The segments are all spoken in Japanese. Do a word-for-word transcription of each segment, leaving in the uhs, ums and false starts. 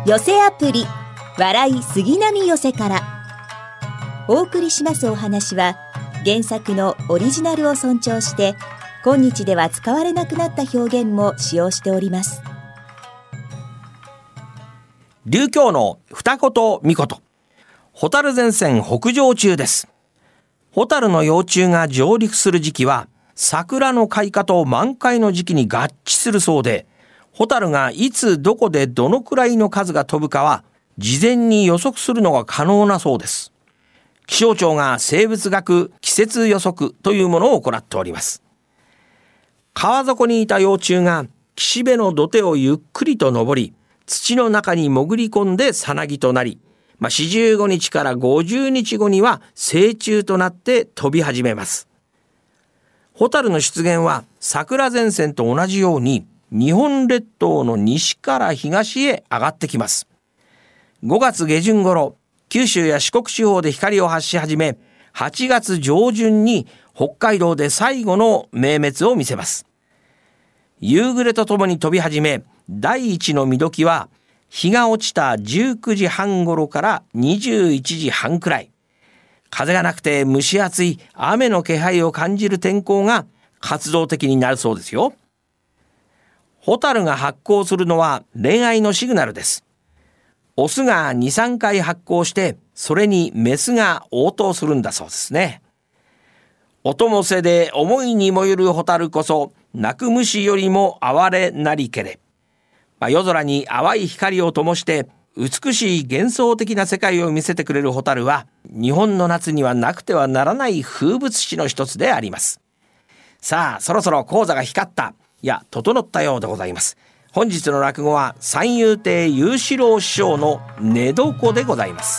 寄せアプリ笑い杉並寄せからお送りしますお話は、原作のオリジナルを尊重して今日では使われなくなった表現も使用しております。 琉教の二言三言。蛍前線北上中です。蛍の幼虫が上陸する時期は桜の開花と満開の時期に合致するそうで、蛍がいつどこでどのくらいの数が飛ぶかは事前に予測するのが可能なそうです。気象庁が生物学季節予測というものを行っております。川底にいた幼虫が岸辺の土手をゆっくりと登り、土の中に潜り込んでさなぎとなり、まあ、よんじゅうごにちからごじゅうにちごには成虫となって飛び始めます。蛍の出現は桜前線と同じように日本列島の西から東へ上がってきます。ごがつげじゅん頃、九州や四国地方で光を発し始め、はちがつじょうじゅんに北海道で最後の明滅を見せます。夕暮れとともに飛び始め、第一の見時は日が落ちたじゅうくじはん頃からにじゅういちじはんくらい。風がなくて蒸し暑い雨の気配を感じる天候が活動的になるそうですよ。蛍が発光するのは恋愛のシグナルです。オスがに、さんかい発光して、それにメスが応答するんだそうですね。音もせで思いに燃ゆる蛍こそ、鳴く虫よりも哀れなりけれ。まあ、夜空に淡い光を灯して美しい幻想的な世界を見せてくれる蛍は、日本の夏にはなくてはならない風物詩の一つであります。さあ、そろそろ講座が光った、いや整ったようでございます。本日の落語は三遊亭遊四郎師匠の寝床でございます。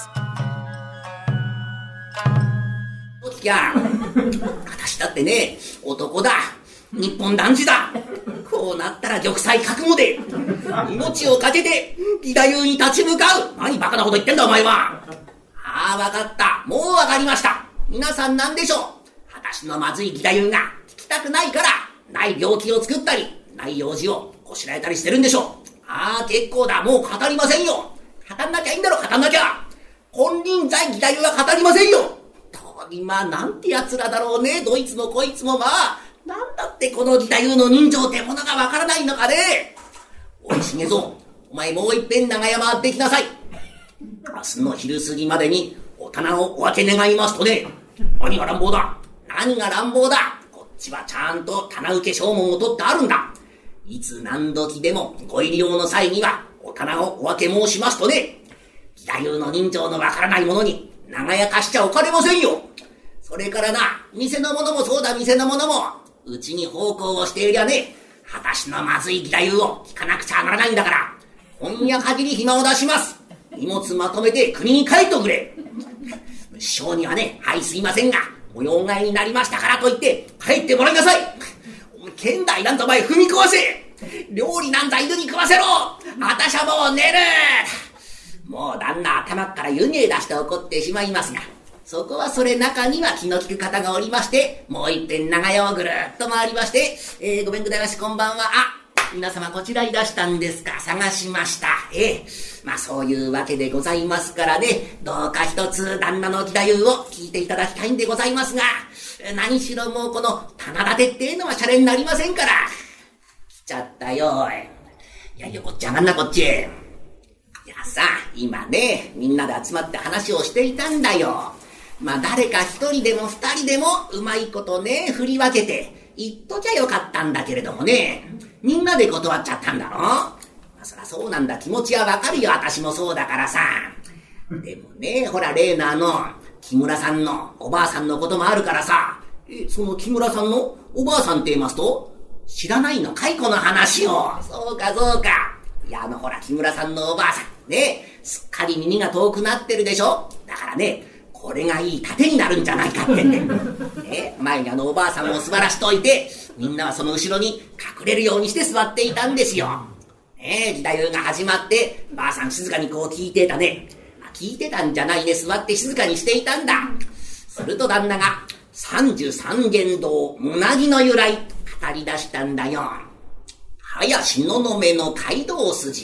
いや、私だってね、男だ、日本男児だ。こうなったら玉砕覚悟で命をかけて義太夫に立ち向かう。何バカなこと言ってんだお前は。ああ、わかった、もうわかりました。皆さん何でしょう。私のまずい義太夫が聞きたくないからない病気を作ったり、ない用事をこしらえたりしてるんでしょう。ああ、結構だ、もう語りませんよ。語んなきゃいいんだろ、語んなきゃ。金輪際義太夫は語りませんよ。と今なんて奴らだろうね、どいつもこいつも。まあなんだってこの義太夫の人情ってものがわからないのかね。おい重蔵、お前もういっぺん長屋回ってきなさい。明日の昼過ぎまでにお棚をお分け願いますとね。何が乱暴だ、何が乱暴だ。こっちはちゃんと棚受け証文を取ってあるんだ。いつ何時でもご入り用の際にはお棚をお分け申しますとね。義太夫の人情のわからないものに長屋貸しちゃおかれませんよ。それからな、店のものもそうだ、店のものもうちに奉公をしていりゃね、私のまずい義太夫を聞かなくちゃならないんだから、今夜限り暇を出します。荷物まとめて国に帰っとくれ。師匠にはね、はいすいませんが模様替えになりましたからと言って帰ってもらいなさい。剣台なんとお前踏み壊せ。料理なんざ犬に食わせろ。あたしゃもう寝る。もう旦那頭から湯気出して怒ってしまいますが、そこはそれ中には気の利く方がおりまして、もう一遍長屋をぐるっと回りまして、えー、ごめんくださいまし、こんばんは。あ、皆様こちらいらしたんですか。探しました。ええー、まあそういうわけでございますからね、どうか一つ旦那の義太夫を聞いていただきたいんでございますが、何しろもうこの棚立てっていうのはシャレになりませんから。来ちゃったよ。いやいや、こっち上がんな、こっちへ。いやさ、今ね、みんなで集まって話をしていたんだよ。まあ誰か一人でも二人でもうまいことね、振り分けて言っときゃよかったんだけれどもね、みんなで断っちゃったんだろ。まあそりゃそうなんだ、気持ちはわかるよ、私もそうだからさ。でもね、ほら例のあの木村さんのおばあさんのこともあるからさ。え、その木村さんのおばあさんって言いますと、知らないのかいこの話を。そうかそうか。いやあのほら木村さんのおばあさんね、すっかり耳が遠くなってるでしょ。だからね、これがいい盾になるんじゃないかってね。ね、前にあのおばあさんを座らしといて、みんなはその後ろに隠れるようにして座っていたんですよ。ね、義太夫が始まって、ばあさん静かにこう聞いてたね。聞いてたんじゃないね、座って静かにしていたんだ。すると旦那が三十三間堂胸木の由来語り出したんだよ。はや東雲の街道筋、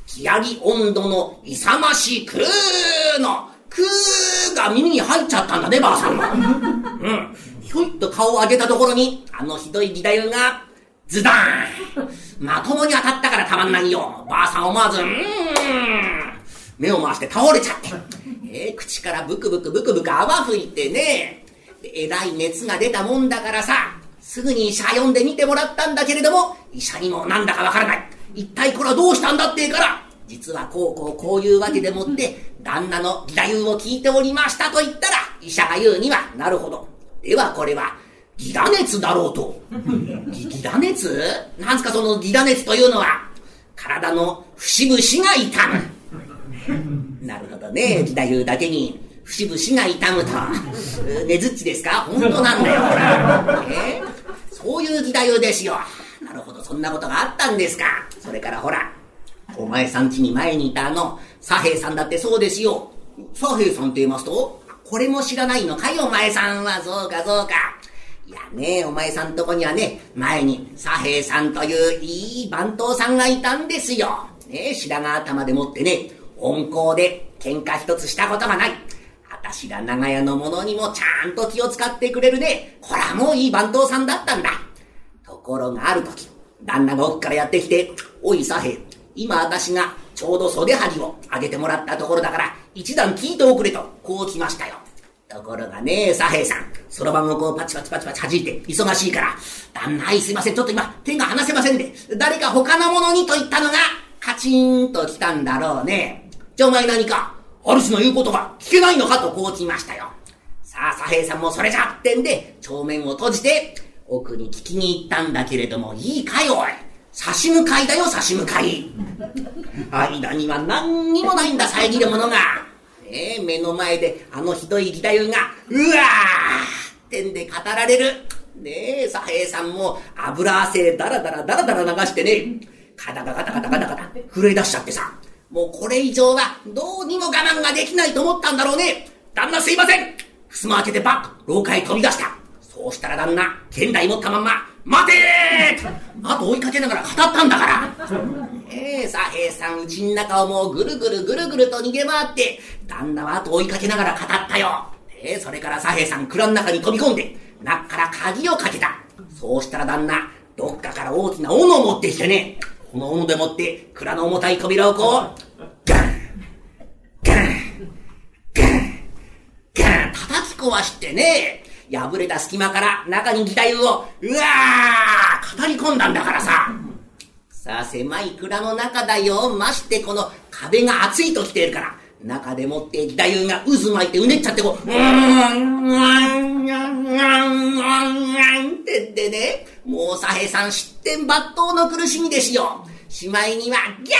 木やり温度の勇ましくのくーが耳に入っちゃったんだね、ばあさんは。うん。ひょいっと顔を上げたところに、あのひどい義太夫が、ズダーンまともに当たったからたまんないよ。ばあさん思わず、うーん目を回して倒れちゃって。えー、口からブクブクブクブク泡吹いてね。えらい熱が出たもんだからさ、すぐに医者呼んで見てもらったんだけれども、医者にもなんだかわからない。一体これはどうしたんだってから、実はこうこうこういうわけでもって、旦那の義太夫を聞いておりましたと言ったら、医者が言うには、なるほど。ではこれは、義打熱だろうと。義打熱？なんすかその義打熱というのは、体の節々が痛む。なるほどね、義太夫だけに、節々が痛むと。ねずっちですか？本当なんだよ、ほら。えー、そういう義太夫ですよ。なるほど、そんなことがあったんですか。それからほら、お前さん家に前にいたあの、左平さんだってそうですよ。左平さんって言いますと、これも知らないのかいお前さんは。そうかそうか。いやね、お前さんとこにはね、前に左平さんといういい番頭さんがいたんですよ。ね、白髪頭でもってね、温厚で喧嘩一つしたことがない。私が長屋の者にもちゃんと気を使ってくれるね。こらもういい番頭さんだったんだ。ところがある時、旦那が奥からやってきて、おい左平、今私がちょうど袖張りを上げてもらったところだから一段聞いておくれとこう来ましたよ。ところがね、左平さんそろばんをこうパチパチパチパチ弾いて忙しいから、旦那、はいすいません、ちょっと今手が離せませんで、誰か他の者にと言ったのがカチンと来たんだろうね。じゃあお前何か主の言うことが聞けないのかとこう来ましたよ。さあ左平さんもそれじゃってんで帳面を閉じて奥に聞きに行ったんだけれども、いいかいおい、差し向かいだよ、差し向かい。間には何にもないんだ、遮るものが。えー、目の前であのひどい義太夫がうわーってんで語られる。ねえ、左平さんも油汗だらだらだらだら流してね、カタカタカタカタカタ震え出しちゃってさ、もうこれ以上はどうにも我慢ができないと思ったんだろうね。旦那すいません、襖開けてバッと廊下へ飛び出した。そうしたら旦那剣台持ったまんま待てーあと追いかけながら語ったんだから。ええ、左平さん家の中をもうぐるぐるぐるぐると逃げ回って旦那は後追いかけながら語ったよ。ええ、それから左平さん蔵の中に飛び込んで中から鍵をかけた。そうしたら旦那どっかから大きな斧を持ってきてね、この斧でもって蔵の重たい扉をこうガンガンガンガン叩き壊してね、破れた隙間から中に義太夫をうわー語り込んだんだからさ。さあ狭い蔵の中だよ。ましてこの壁が厚いと来ているから中でもって義太夫が渦巻いてうねっちゃってこううーんうーんうーんうーんってってね、もう左平さん失点抜刀の苦しみですよ。しまいにはギャ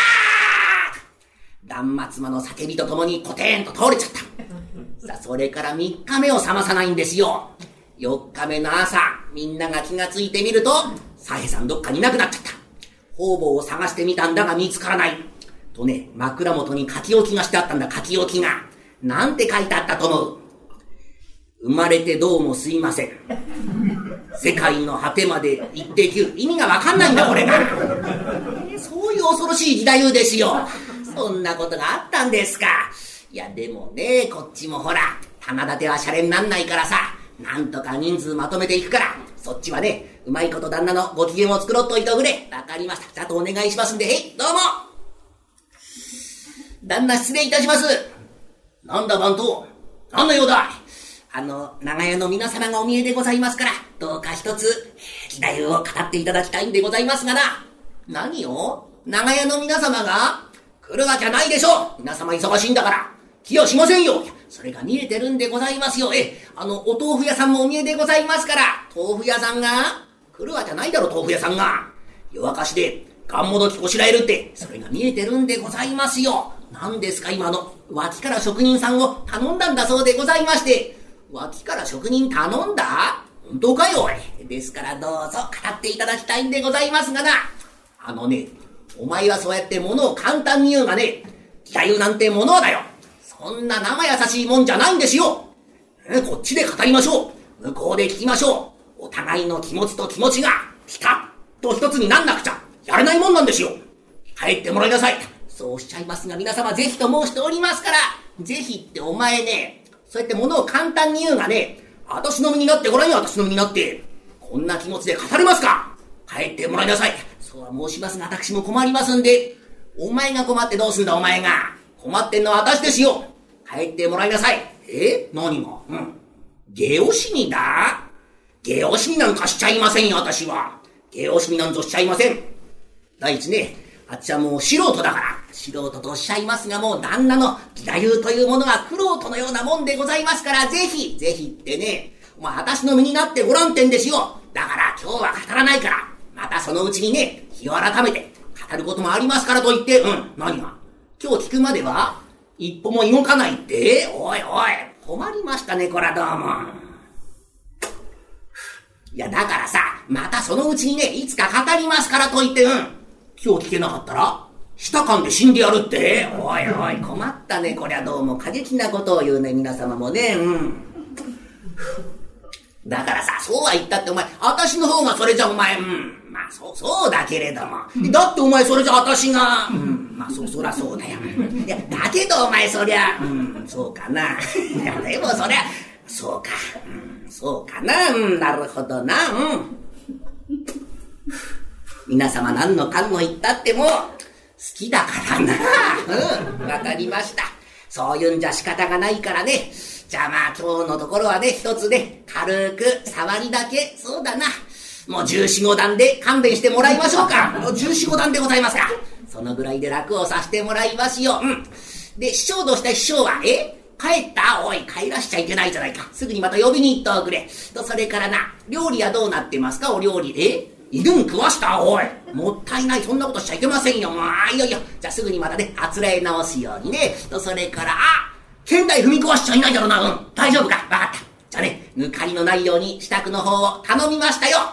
ー断末魔の叫びとともにコテンと倒れちゃった。さあそれからみっかめを覚まさないんですよ。よっかめの朝みんなが気がついてみると左平さんどっかにいなくなっちゃった。方々を探してみたんだが見つからないとね、枕元に書き置きがしてあったんだ。書き置きがなんて書いてあったと思う？生まれてどうもすいません、世界の果てまで行ってきゅう。意味がわかんないんだこれが。そういう恐ろしい義太夫ですよ。そんなことがあったんですか。いやでもね、こっちもほら棚立てはシャレになんないからさ、なんとか人数まとめていくから、そっちはねうまいこと旦那のご機嫌を作ろうといておくれ。わかりました、ちゃんとお願いしますんで。へいどうも旦那失礼いたします。なんだ番頭、なんの用だ。あの長屋の皆様がお見えでございますから、どうか一つ義太夫を語っていただきたいんでございますがな。何を長屋の皆様が来るわけないでしょう。皆様忙しいんだから気はしませんよ。それが見えてるんでございますよ。え、あのお豆腐屋さんもお見えでございますから、豆腐屋さんが来るわけないだろ。豆腐屋さんが夜明かしでがんもどきこしらえるって、それが見えてるんでございますよ。何ですか今の脇から職人さんを頼んだんだそうでございまして。脇から職人頼んだ？本当かよ。ですからどうぞ語っていただきたいんでございますがな。あのね、お前はそうやって物を簡単に言うがね、義太夫なんてものはだよ、そんな生優しいもんじゃないんですよ。え、こっちで語りましょう、向こうで聞きましょう。お互いの気持ちと気持ちがピタッと一つになんなくちゃやれないもんなんですよ。帰ってもらいなさい。 そうおっしゃいますが、皆様ぜひと申しておりますから、ぜひってお前ね、そうやって物を簡単に言うがね、私の身になってごらんよ、私の身になって。こんな気持ちで語れますか？帰ってもらいなさい。そうは申しますが、私も困りますんで。お前が困ってどうすんだ、お前が。困ってんのは私ですよ。帰ってもらいなさい。え？何が？うん。下押しにだ？下押しになんかしちゃいませんよ、私は。下押しになんぞしちゃいません。第一ね、あっちはもう素人だから。素人とおっしゃいますが、もう旦那の義太夫というものが苦労とのようなもんでございますから、ぜひ、ぜひってね、まあ私の身になってごらんってんですよ。だから今日は語らないから、またそのうちにね、日を改めて語ることもありますからと言って、うん、何が？今日聞くまでは、一歩も動かないって？おいおい、困りましたね、こらどうも。いや、だからさ、またそのうちにね、いつか語りますからと言って、うん、今日聞けなかったら、舌噛んで死んでやるって？おいおい、困ったね、こりゃどうも過激なことを言うね、皆様もね、うん。だからさ、そうは言ったってお前、私の方がそれじゃお前、うん、まあそう、そうだけれども。だってお前それじゃ私が、うん、まあそう、そりゃそうだよ。いや、だけどお前そりゃ、うん、そうかな。いや、でもそりゃ、そうか、うん、そうかな、うん、なるほどな、うん。皆様何のかんの言ったっても、好きだからな。うん、わかりました。そういうんじゃ仕方がないからね。じゃあまあ今日のところはね、一つね、軽く触りだけ、そうだな。もう十四五段で勘弁してもらいましょうか。もう十四五段でございますか。そのぐらいで楽をさせてもらいますよ。うん。で、師匠とした師匠は、え帰った？おい、帰らしちゃいけないじゃないか。すぐにまた呼びに行っておくれ。と、それからな、料理はどうなってますか？お料理。えいるん食わした？おい。もったいない。そんなことしちゃいけませんよ。まあ、いやいや。じゃあすぐにまたね、あつらえ直すようにね。と、それから、あ剣台踏み壊しちゃいないだろうな。うん。大丈夫か？わかった。じゃあね、抜かりのないように支度の方を頼みましたよ。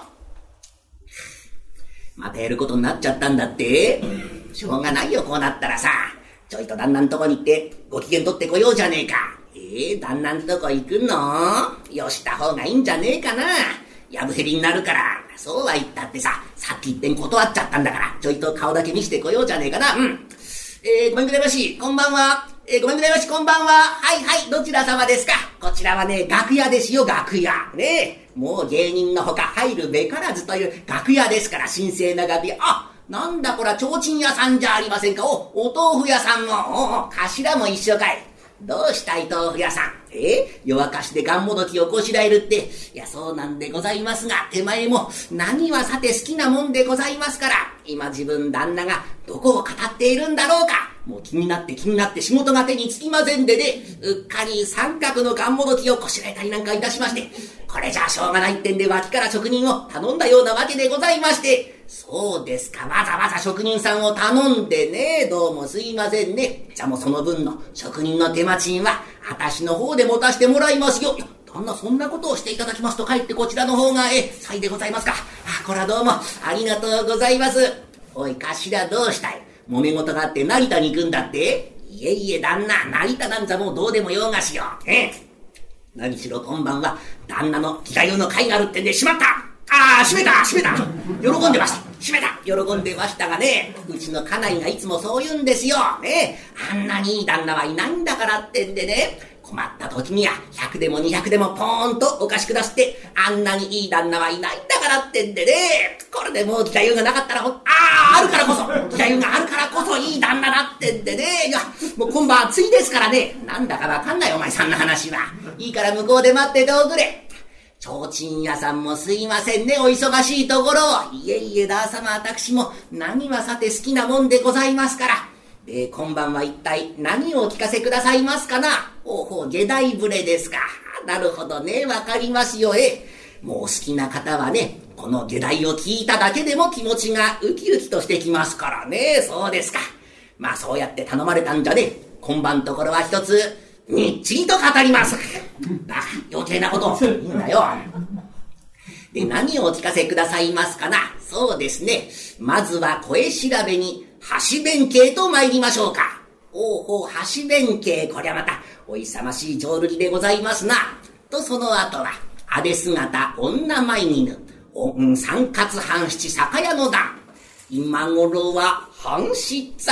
またやることになっちゃったんだって。しょうがないよ、こうなったらさ。ちょいと旦那んとこに行って、ご機嫌取ってこようじゃねえか。えー、旦那んとこ行くの？よした方がいいんじゃねえかな。やぶへりになるから。そうは言ったってさ、さっき一遍断っちゃったんだから、ちょいと顔だけ見せてこようじゃねえかな。うん。えー、ごめんくだいまし、こんばんは。えー、ごめんくだいまし、こんばんは。はいはい、どちら様ですか？こちらはね、楽屋ですよ、楽屋。ねえ、もう芸人のほか入るべからずという楽屋ですから、神聖な楽屋。あ、なんだこら、提灯屋さんじゃありませんか。お、お豆腐屋さんも、お、お、頭も一緒かい。どうしたい豆腐屋さん。え夜明かしでガンもどきをこしらえるって。いや、そうなんでございますが、手前も何はさて好きなもんでございますから、今自分旦那がどこを語っているんだろうか。もう気になって気になって仕事が手につきませんでね、うっかり三角のガンもどきをこしらえたりなんかいたしまして、これじゃあしょうがないってんで脇から職人を頼んだようなわけでございまして、そうですか、わざわざ職人さんを頼んでね、どうもすいませんね。じゃあもうその分の職人の手間賃は、私の方で持たせてもらいますよ。いや、旦那そんなことをしていただきますと、かえってこちらの方が、え、さいでございますか。あ、これはどうも、ありがとうございます。おい、頭どうしたい？揉め事があって成田に行くんだって？いえいえ、旦那、成田なんざもうどうでもようがしよう。え何しろ今晩は、旦那の義太夫の会があるってんで、しまった！ああ、閉めた閉めた喜んでました閉めた喜んでましたがね、うちの家内がいつもそう言うんですよ。ねあんなにいい旦那はいないんだからってんでね、困った時にはひゃくでもにひゃくでもポーンとお貸しくだすって、あんなにいい旦那はいないんだからってんでね、これでもう義太夫がなかったらほん、ああ、あるからこそ義太夫があるからこそいい旦那だってんでね、いや、もう今晩暑いですからね、なんだかわかんないお前さんの話は。いいから向こうで待ってておくれ。提灯屋さんもすいませんね、お忙しいところ。いえいえ、旦様、私も何はさて好きなもんでございますから。で、今晩は一体何をお聞かせくださいますかな。ほうほう、下代ぶれですか。なるほどね、わかりますよ。えもう好きな方はね、この下代を聞いただけでも気持ちがウキウキとしてきますからね。そうですか。まあそうやって頼まれたんじゃね、今晩ところは一つ、にっちりと語ります。あ、余計なこといいんだよ。で、何をお聞かせくださいますかな。そうですね。まずは声調べに、橋弁慶と参りましょうか。おうほう、橋弁慶、こりゃまた、お勇ましい浄瑠璃でございますな。と、その後は、あで姿、女舞犬、おん、三勝半七酒屋の段。今頃は、半七さん。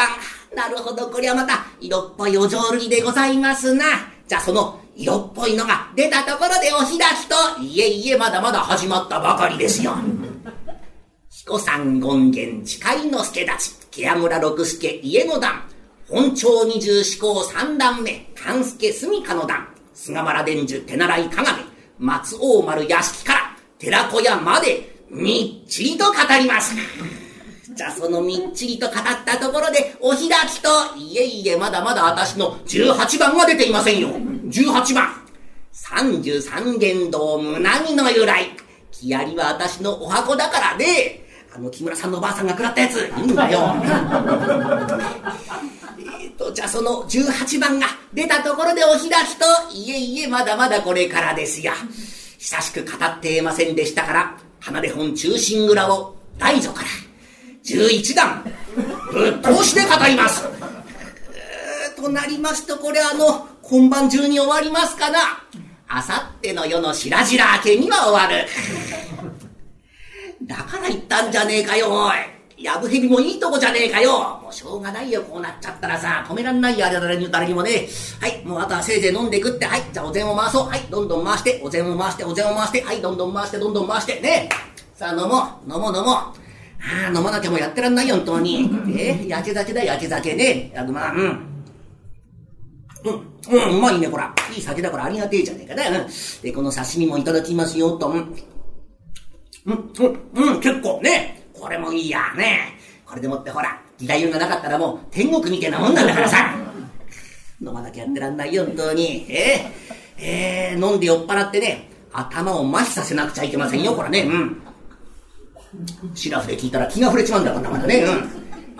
なるほど、これはまた色っぽいお浄瑠璃でございますな。じゃあその色っぽいのが出たところでお開きと、いえいえまだまだ始まったばかりですよ。彦山権現誓いの助太刀、木屋村六助家の段、本朝二十四校三段目、勘助住家の段、菅原伝授手習い鏡、松大丸屋敷から寺子屋までみっちりと語ります。じゃあそのみっちりと語ったところでお開きと、いえいえまだまだ私のじゅうはちばんが出ていませんよ。じゅうはちばん。三十三間堂胸木の由来。木槍は私のお箱だからね。あの木村さんのおばあさんが食らったやつ、いいんだよ。えっと、じゃあそのじゅうはちばんが出たところでお開きと、いえいえまだまだこれからですよ。久しく語っていませんでしたから、離れ本忠臣蔵を大序からじゅういちだんぶっ通しで語ります。となりますと、これあの今晩中に終わりますかな。あさっての夜の白々明けには終わる。だから言ったんじゃねえかよ、おい。やぶへびもいいとこじゃねえかよ。もうしょうがないよ、こうなっちゃったらさ、止めらんないよ、あれ誰に誰にもね。はい、もうあとはせいぜい飲んでくって。はい、じゃあお膳を回そう。はい、どんどん回して、お膳を回して、お膳を回して、はい、どんどん回して、どんどん回してね。さあ飲もう、飲もう飲もう。ああ、飲まなきゃもうやってらんないよ、本当に。え焼け酒だよ、焼け酒ね。やぐまあ、うん。うん、うん、うまいね、こら。いい酒だからありがてえじゃねえかな。うん。で、この刺身もいただきますよ、と。うん、うん、うん、うん、結構ね。これもいいや、ね。これでもってほら、義太夫がなかったらもう天国みたいなもんなんだからさ。飲まなきゃやってらんないよ、本当に。えー、えー、飲んで酔っ払ってね、頭を麻痺させなくちゃいけませんよ、これね。うん。シラフで聞いたら気が触れちまうんだから、まだね。うん。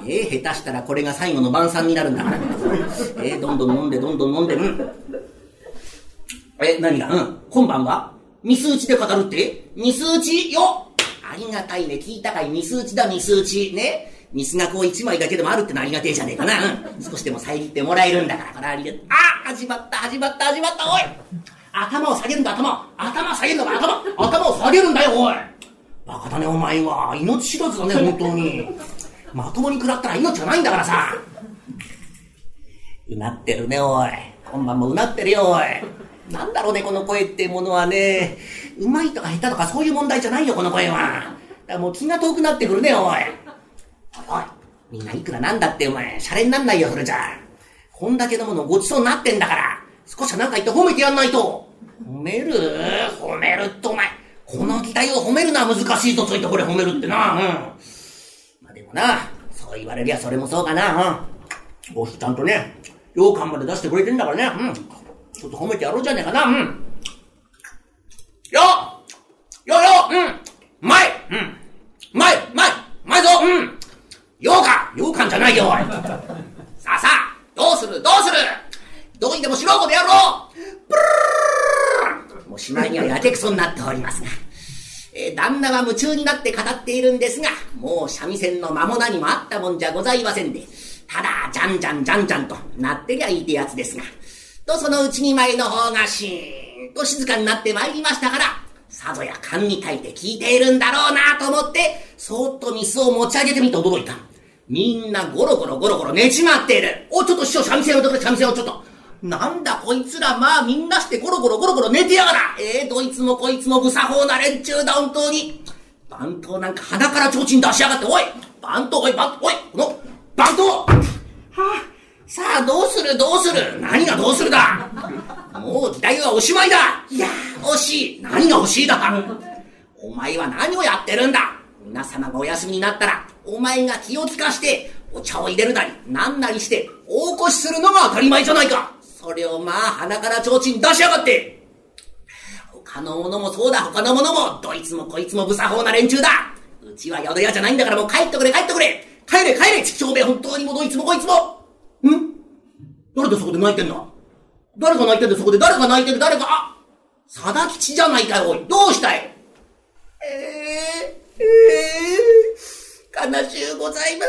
えー、下手したらこれが最後の晩餐になるんだから。えー、どんどん飲んで、どんどん飲んで、うん。え、何が、うん。今晩はミス打ちで語るって？ミス打ちよ！ありがたいね。聞いたかい？ミス打ちだ、ミス打ち。ね。ミスがこう一枚だけでもあるってのありがてえじゃねえかな。うん。少しでも遮ってもらえるんだから。これありがあ始まった、始まった、始まった、おい！頭を下げるんだ、頭。頭下げるのか、頭。頭を下げるんだよ、おい！バカだね、お前は。命知らずだね、本当に。まともに食らったら命がないんだからさ。うなってるね、おい。今晩もうなってるよ、おい。なんだろうね、この声ってものはね。うまいとか下手とかそういう問題じゃないよ、この声は。だからもう気が遠くなってくるね、おい。おいおい、みんないくらなんだってお前、シャレになんないよ、それじゃ。こんだけのものごちそうになってんだから、少しはなんか言って褒めてやんないと。褒める褒めるってお前、この期待を褒めるのは難しいぞ、そういったこれ褒めるってな。うん。まあでもな、そう言われりゃそれもそうかな。うん。こうしてちゃんとね、羊羹まで出してくれてんだからね。うん。ちょっと褒めてやろうじゃねえかな。うん。よよようん。うまいうん。うまいうまいうまいぞうん羊羹羊羹じゃないよおいさあさあどうするどうするどうにでもしろこでやろうブルーもうしまいにはやけくそになっておりますが、えー、旦那は夢中になって語っているんですが、もう三味線の間も何もあったもんじゃございませんで、ただじゃんじゃんじゃんじゃんとなってりゃいいってやつですが、とそのうちに前の方がシーンと静かになってまいりましたから、さぞや勘に書いて聞いているんだろうなと思って、そーっとミスを持ち上げてみて驚いた。みんなゴロゴロゴロゴロ寝ちまっている。お、ちょっと師匠、三味線をどれ、三味線をちょっと。なんだこいつら、まあみんなしてゴロゴロゴロゴロ寝てやがら。えー、どいつもこいつも不作法な連中だ、本当に。番頭なんか鼻から提灯出しやがって、おい番頭、おい、番頭、おい、この、番頭はあ、さあ、どうするどうする何がどうするだもう義太夫はおしまいだ。いやー、惜しい。何が惜しいだお前は何をやってるんだ。皆様がお休みになったら、お前が気を利かして、お茶を入れるなり、なんなりして、大越しするのが当たり前じゃないか。それをまあ、鼻から提灯出しやがって。他の者もそうだ、他の者も、どいつもこいつも不作法な連中だ。うちは宿屋じゃないんだからもう帰ってくれ、帰ってくれ。帰れ、帰れ、ちくしょうべ、本当にもどいつもこいつも。ん誰でそこで泣いてんだ誰が泣いてんだそこで誰が泣いてる誰か、あ佐田吉じゃないかよ、おい。どうしたいえー、えー、悲しゅうございます。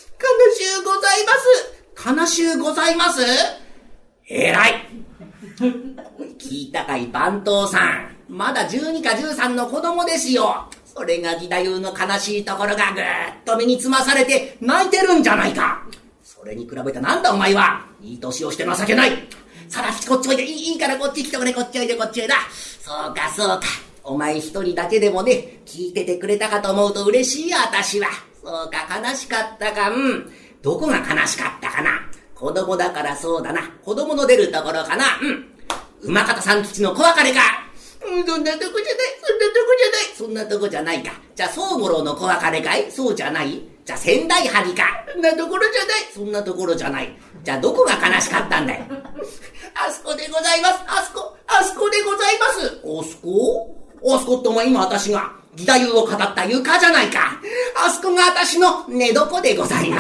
悲しゅうございます。悲しゅうございますえらい聞いたかい番頭さん。まだじゅうにかじゅうさんの子供ですよ。それが義太夫の悲しいところがぐーっと身につまされて泣いてるんじゃないか。そそれに比べてなんだお前は。いい年をして情けない。さらきこっちおいで、いい、いいからこっち来てくれ、こっちおいで、こっちおいで。そうか、そうか。お前一人だけでもね、聞いててくれたかと思うと嬉しいよ、私は。そうか、悲しかったか、うん。どこが悲しかったかな。子供だからそうだな。子供の出るところかな。うん。馬方さん吉の小別れか。うん、そんなとこじゃない、そんなとこじゃない。そんなとこじゃないか。じゃあ、宗五郎の小別れかい？そうじゃない？じゃあ、仙台張か。そんなところじゃない。そんなところじゃない。じゃあ、どこが悲しかったんだよ。あそこでございます。あそこ、あそこでございます。あそこ？あそこってお前今私が義太夫を語った床じゃないか。あそこが私の寝床でございます。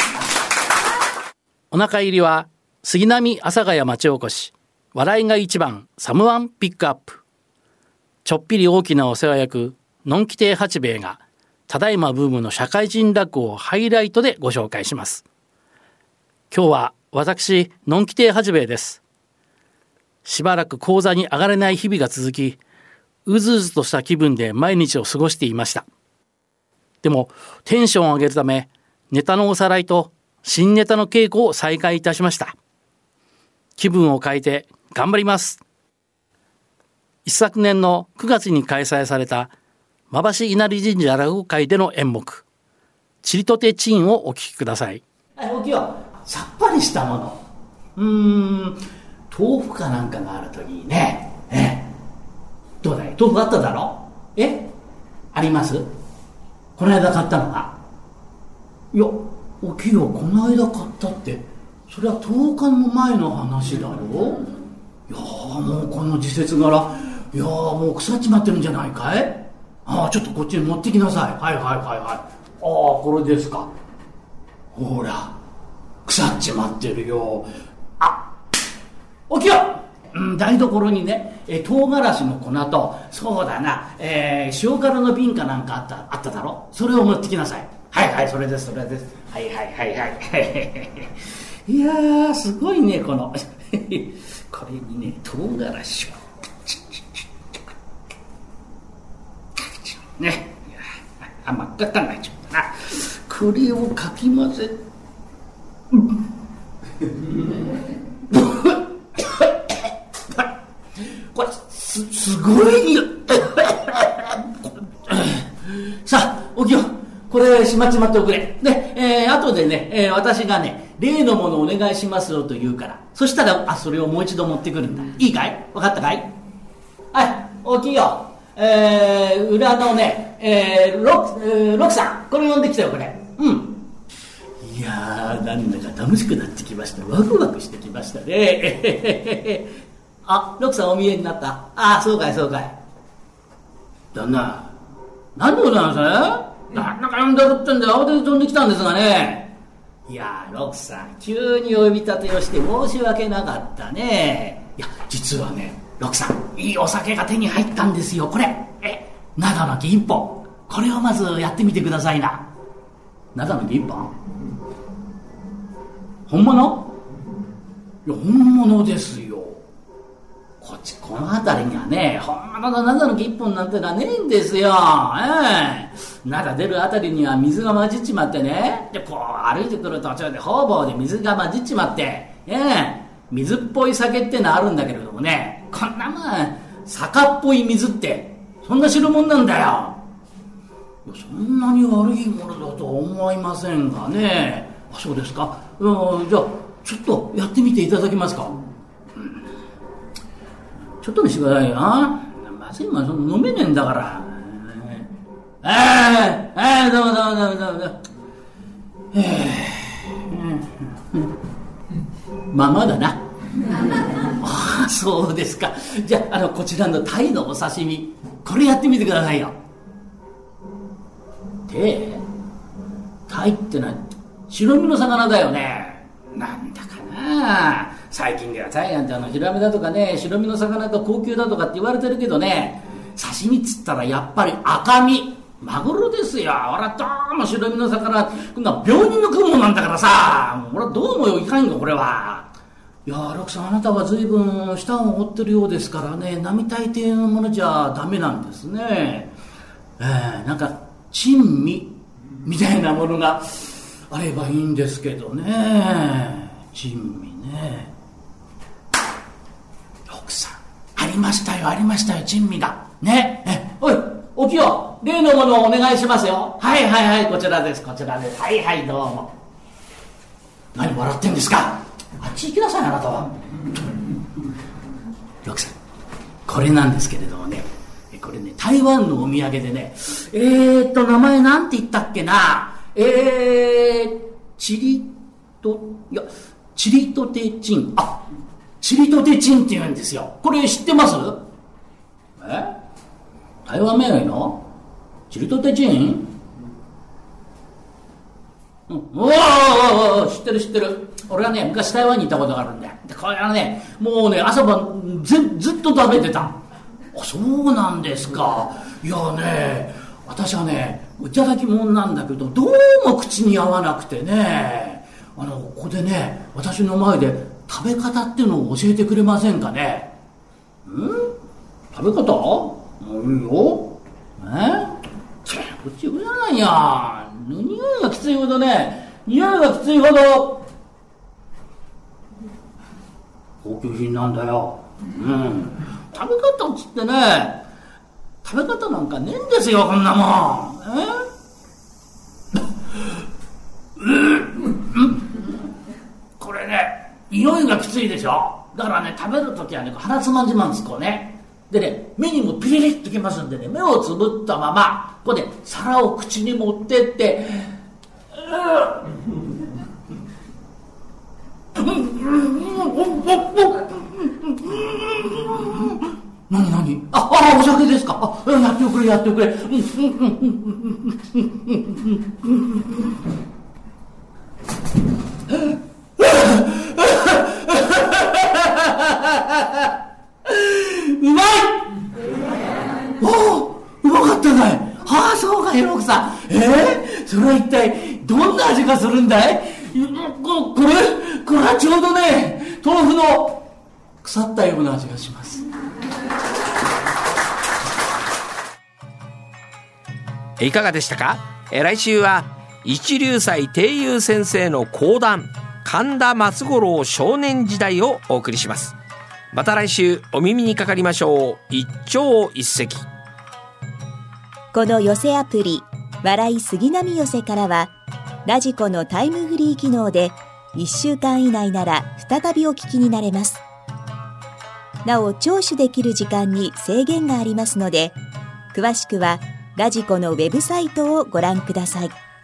お腹入りは杉並阿佐ヶ谷町おこし、笑いが一番サムワンピックアップ。ちょっぴり大きなお世話役のんき亭八兵衛がただいまブームの社会人落語をハイライトでご紹介します。今日は私のんき亭八兵衛です。しばらく講座に上がれない日々が続き、うずうずとした気分で毎日を過ごしていました。でもテンションを上げるためネタのおさらいと新ネタの稽古を再開いたしました。気分を変えて頑張ります。一昨年のくがつに開催された馬橋稲荷神社落語会での演目ちりとてちんをお聞きください。 おきよ、さっぱりしたもの、うーん豆腐かなんかがあるといいね。えどうだい、豆腐あっただろ。えあります？この間買ったのが。いや、おきよ、この間買ったってそれはとおかも前の話だろ。いやーもうこの時節柄、いやーもう腐っちまってるんじゃないかい。ああ、ちょっとこっちに持ってきなさい。はいはいはいはい。ああ、これですか。ほら腐っちまってるよ。あ、おきよ、うん、台所にね、え唐辛子の粉と、そうだな、えー、塩辛の瓶かなんかあったあっただろ。それを持ってきなさい。はいはい、それですそれです。はいはいはいはいいやーすごいね、このこれにね唐辛子をね、いやあ真っ赤っかになっちゃったな。これをかき混ぜこれ す, すごいよさあおきよ、これしまっちまっておくれ。で、えー、後でね、えー、私がね例のものお願いしますよと言うから、そしたらあそれをもう一度持ってくるんだ。いいかい、分かったかい。はい、大きいよ。えー、裏のね、えー、ロク、えー、ロクさん、これ呼んできたよこれ。うん。いやーなんだか楽しくなってきました。ワクワクしてきましたねあ、ロクさんお見えになった。あ、そうかいそうかい。旦那、何でございます？なんだか呼んでるってんで慌てて飛んできたんですがね。いやーロクさん、急に呼び立てをして申し訳なかったね。いや実はねロクさん、いいお酒が手に入ったんですよ。これえ灘の木一本、これをまずやってみてくださいな。灘の木一本、本物？いや本物ですよ。こっちこの辺りにはね本物の灘の木一本なんてのはねえんですよ。ええ灘出るあたりには水が混じっちまってね、でこう歩いてくる途中で方々で水が混じっちまって、ええ水っぽい酒ってのはあるんだけれどもね、こんなまあ坂っぽい水ってそんな知るもんなんだよ。そんなに悪いものだとは思いませんがね。あ、そうですか。うん、じゃあちょっとやってみていただけますか。うん、ちょっとにしてくださいよ。まずいもんその飲めねえんだから。ええええどうもどうもどうもどうもどうも。ええまあまだなああ、そうですか。じゃあ、あのこちらのタイのお刺身、これやってみてくださいよ。でタイってのは白身の魚だよね。なんだかな、最近ではタイなんてあのヒラメだとかね、白身の魚が高級だとかって言われてるけどね、刺身っつったらやっぱり赤身マグロですよ。俺はどうも白身の魚こんな病人の食うもんなんだからさ、俺はどうもいかんよこれは。いやーロクさん、あなたは随分舌を折ってるようですからね、並大抵のものじゃダメなんですね。えー、なんか珍味みたいなものがあればいいんですけどね。珍味ね。奥さん、ありましたよありましたよ、珍味がね。え、おいおきよ、例のものをお願いしますよ。はいはいはい、こちらですこちらです。はいはい、どうも。何笑ってんですか。あっち行きなさい、あなたは。奥さん、これなんですけれどもね、これね、台湾のお土産でね、えーっと名前なんて言ったっけな。えーチリといやチリとてチン、あ、チリとてチンって言うんですよ。これ知ってます？え？台湾名のチリとてチン？うん、おーおーおー、知ってる知ってる。俺はね、昔台湾に行ったことがあるんだよ。でこれはね、もうね、朝晩ずずっと食べてた。あ、そうなんですか。いやね、私はね、いただきもんなんだけど、どうも口に合わなくてね、あの、ここでね、私の前で食べ方っていうのを教えてくれませんかね。ん？食べ方？いいよ。え？こっち上じゃないや。匂いがきついほどね、匂いがきついほど高級品なんだよ。うん。食べ方っつってね、食べ方なんかねえんですよ、こんなもん。えこれね、匂いがきついでしょ。だからね、食べるときはね、鼻つまんじまうんです、こうね。でね、目にもピリリッときますんでね、目をつぶったまま、こうね、皿を口に持ってって、何何、ああ、お酒ですか。あ、やっておくれやっておくれ。うまい。おお、うまかったかい。はあ、そうか、ヘロクさん。えー、それは一体どんな味がするんだい。ここれこれはちょうどね、豆腐の腐ったような味がします。 いかがでしたか。え来週は一龍斎貞友先生の講談神田松五郎少年時代をお送りします。また来週お耳にかかりましょう。一朝一夕。 この寄せアプリ笑い杉並寄せからはラジコのタイムフリー機能でいっしゅうかん以内なら再びお聞きになれます。なお聴取できる時間に制限がありますので、詳しくはラジコのウェブサイトをご覧ください。